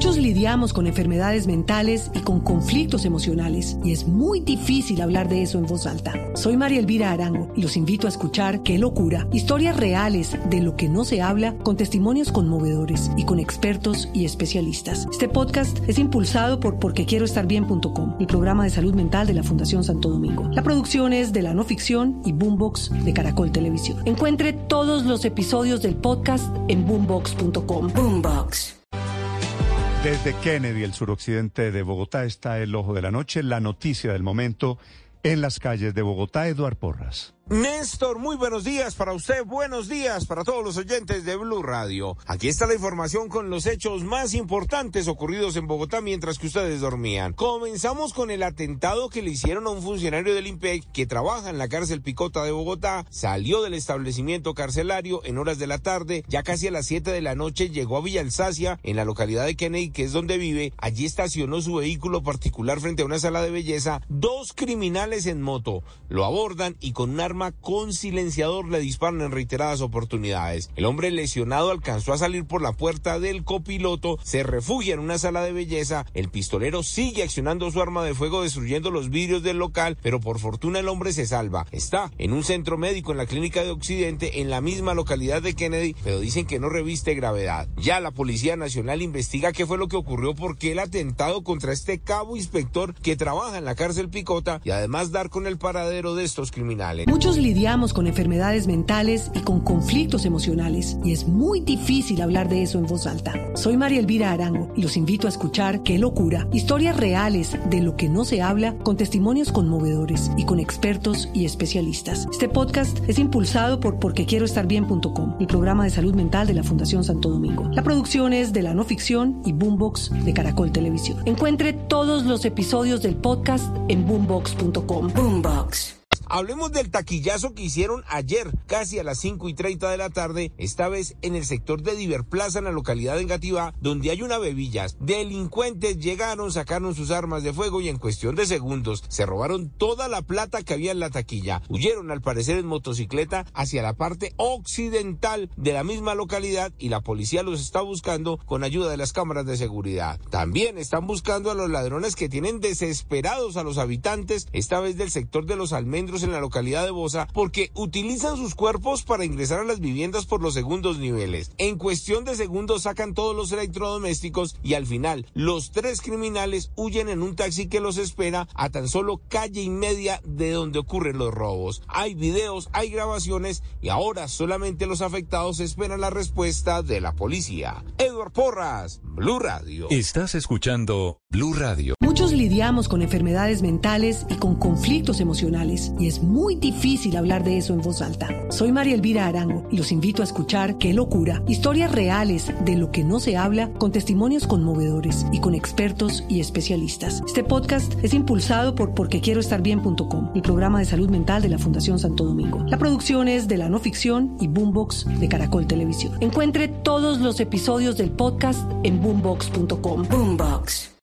Muchos lidiamos con enfermedades mentales y con conflictos emocionales, y es muy difícil hablar de eso en voz alta. Soy María Elvira Arango y los invito a escuchar Qué locura, historias reales de lo que no se habla, con testimonios conmovedores y con expertos y especialistas. Este podcast es impulsado por porquequieroestarbien.com, el programa de salud mental de la Fundación Santo Domingo. La producción es de La No Ficción y Boombox de Caracol Televisión. Encuentre todos los episodios del podcast en boombox.com. Boombox. Desde Kennedy, el suroccidente de Bogotá, está el Ojo de la Noche, la noticia del momento en las calles de Bogotá. Eduard Porras. Néstor, muy buenos días para usted, buenos días para todos los oyentes de Blue Radio. Aquí está la información con los hechos más importantes ocurridos en Bogotá mientras que ustedes dormían. Comenzamos con el atentado que le hicieron a un funcionario del IMPEC que trabaja en la cárcel Picota de Bogotá. Salió del establecimiento carcelario en horas de la tarde, ya casi a las 7 de la noche llegó a Villa Alsacia, en la localidad de Kennedy, que es donde vive. Allí estacionó su vehículo particular frente a una sala de belleza. Dos criminales en moto lo abordan y con un arma con silenciador le disparan en reiteradas oportunidades. El hombre lesionado alcanzó a salir por la puerta del copiloto, se refugia en una sala de belleza. El pistolero sigue accionando su arma de fuego, destruyendo los vidrios del local, pero por fortuna el hombre se salva. Está en un centro médico en la Clínica de Occidente, en la misma localidad de Kennedy, pero dicen que no reviste gravedad. Ya la Policía Nacional investiga qué fue lo que ocurrió, porque el atentado contra este cabo inspector que trabaja en la cárcel Picota, y además dar con el paradero de estos criminales. Muchos lidiamos con enfermedades mentales y con conflictos emocionales, y es muy difícil hablar de eso en voz alta. Soy María Elvira Arango y los invito a escuchar Qué locura, historias reales de lo que no se habla, con testimonios conmovedores y con expertos y especialistas. Este podcast es impulsado por porquequieroestarbien.com, el programa de salud mental de la Fundación Santo Domingo. La producción es de La No Ficción y Boombox de Caracol Televisión. Encuentre todos los episodios del podcast en boombox.com. Boombox. Hablemos del taquillazo que hicieron ayer, casi a las 5:30 de la tarde, esta vez en el sector de Diverplaza, en la localidad de Engativá, donde hay una Bevillas. Delincuentes llegaron, sacaron sus armas de fuego y en cuestión de segundos se robaron toda la plata que había en la taquilla. Huyeron, al parecer, en motocicleta hacia la parte occidental de la misma localidad, y la policía los está buscando con ayuda de las cámaras de seguridad. También están buscando a los ladrones que tienen desesperados a los habitantes, esta vez del sector de Los Almendros, en la localidad de Bosa, porque utilizan sus cuerpos para ingresar a las viviendas por los segundos niveles. En cuestión de segundos sacan todos los electrodomésticos y al final los tres criminales huyen en un taxi que los espera a tan solo calle y media de donde ocurren los robos. Hay videos, hay grabaciones y ahora solamente los afectados esperan la respuesta de la policía. Eduard Porras, Blue Radio. Estás escuchando Blue Radio. Muchos lidiamos con enfermedades mentales y con conflictos emocionales, y es muy difícil hablar de eso en voz alta. Soy María Elvira Arango y los invito a escuchar Qué locura, historias reales de lo que no se habla, con testimonios conmovedores y con expertos y especialistas. Este podcast es impulsado por porquequieroestarbien.com, el programa de salud mental de la Fundación Santo Domingo. La producción es de La No Ficción y Boombox de Caracol Televisión. Encuentre todos los episodios del podcast en boombox.com. Boombox.